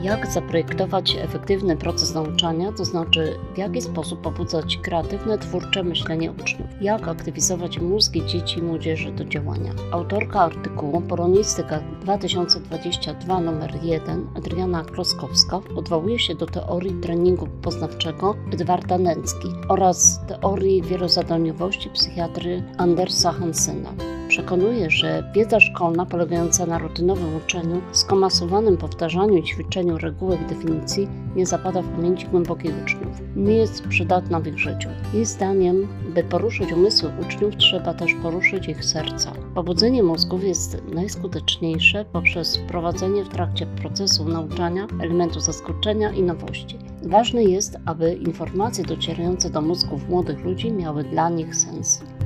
Jak zaprojektować efektywny proces nauczania, to znaczy w jaki sposób pobudzać kreatywne, twórcze myślenie uczniów, jak aktywizować mózgi dzieci i młodzieży do działania. Autorka artykułu Polonistyka 2022 nr 1 Adriana Kloskowska odwołuje się do teorii treningu poznawczego Edwarda Nęcki oraz teorii wielozadaniowości psychiatry Andersa Hansena. Przekonuje, że wiedza szkolna polegająca na rutynowym uczeniu, skomasowanym powtarzaniu i ćwiczeniu regułek definicji nie zapada w pamięci głębokiej uczniów. Nie jest przydatna w ich życiu. Jej zdaniem, by poruszyć umysły uczniów, trzeba też poruszyć ich serca. Pobudzenie mózgów jest najskuteczniejsze poprzez wprowadzenie w trakcie procesu nauczania elementu zaskoczenia i nowości. Ważne jest, aby informacje docierające do mózgów młodych ludzi miały dla nich sens.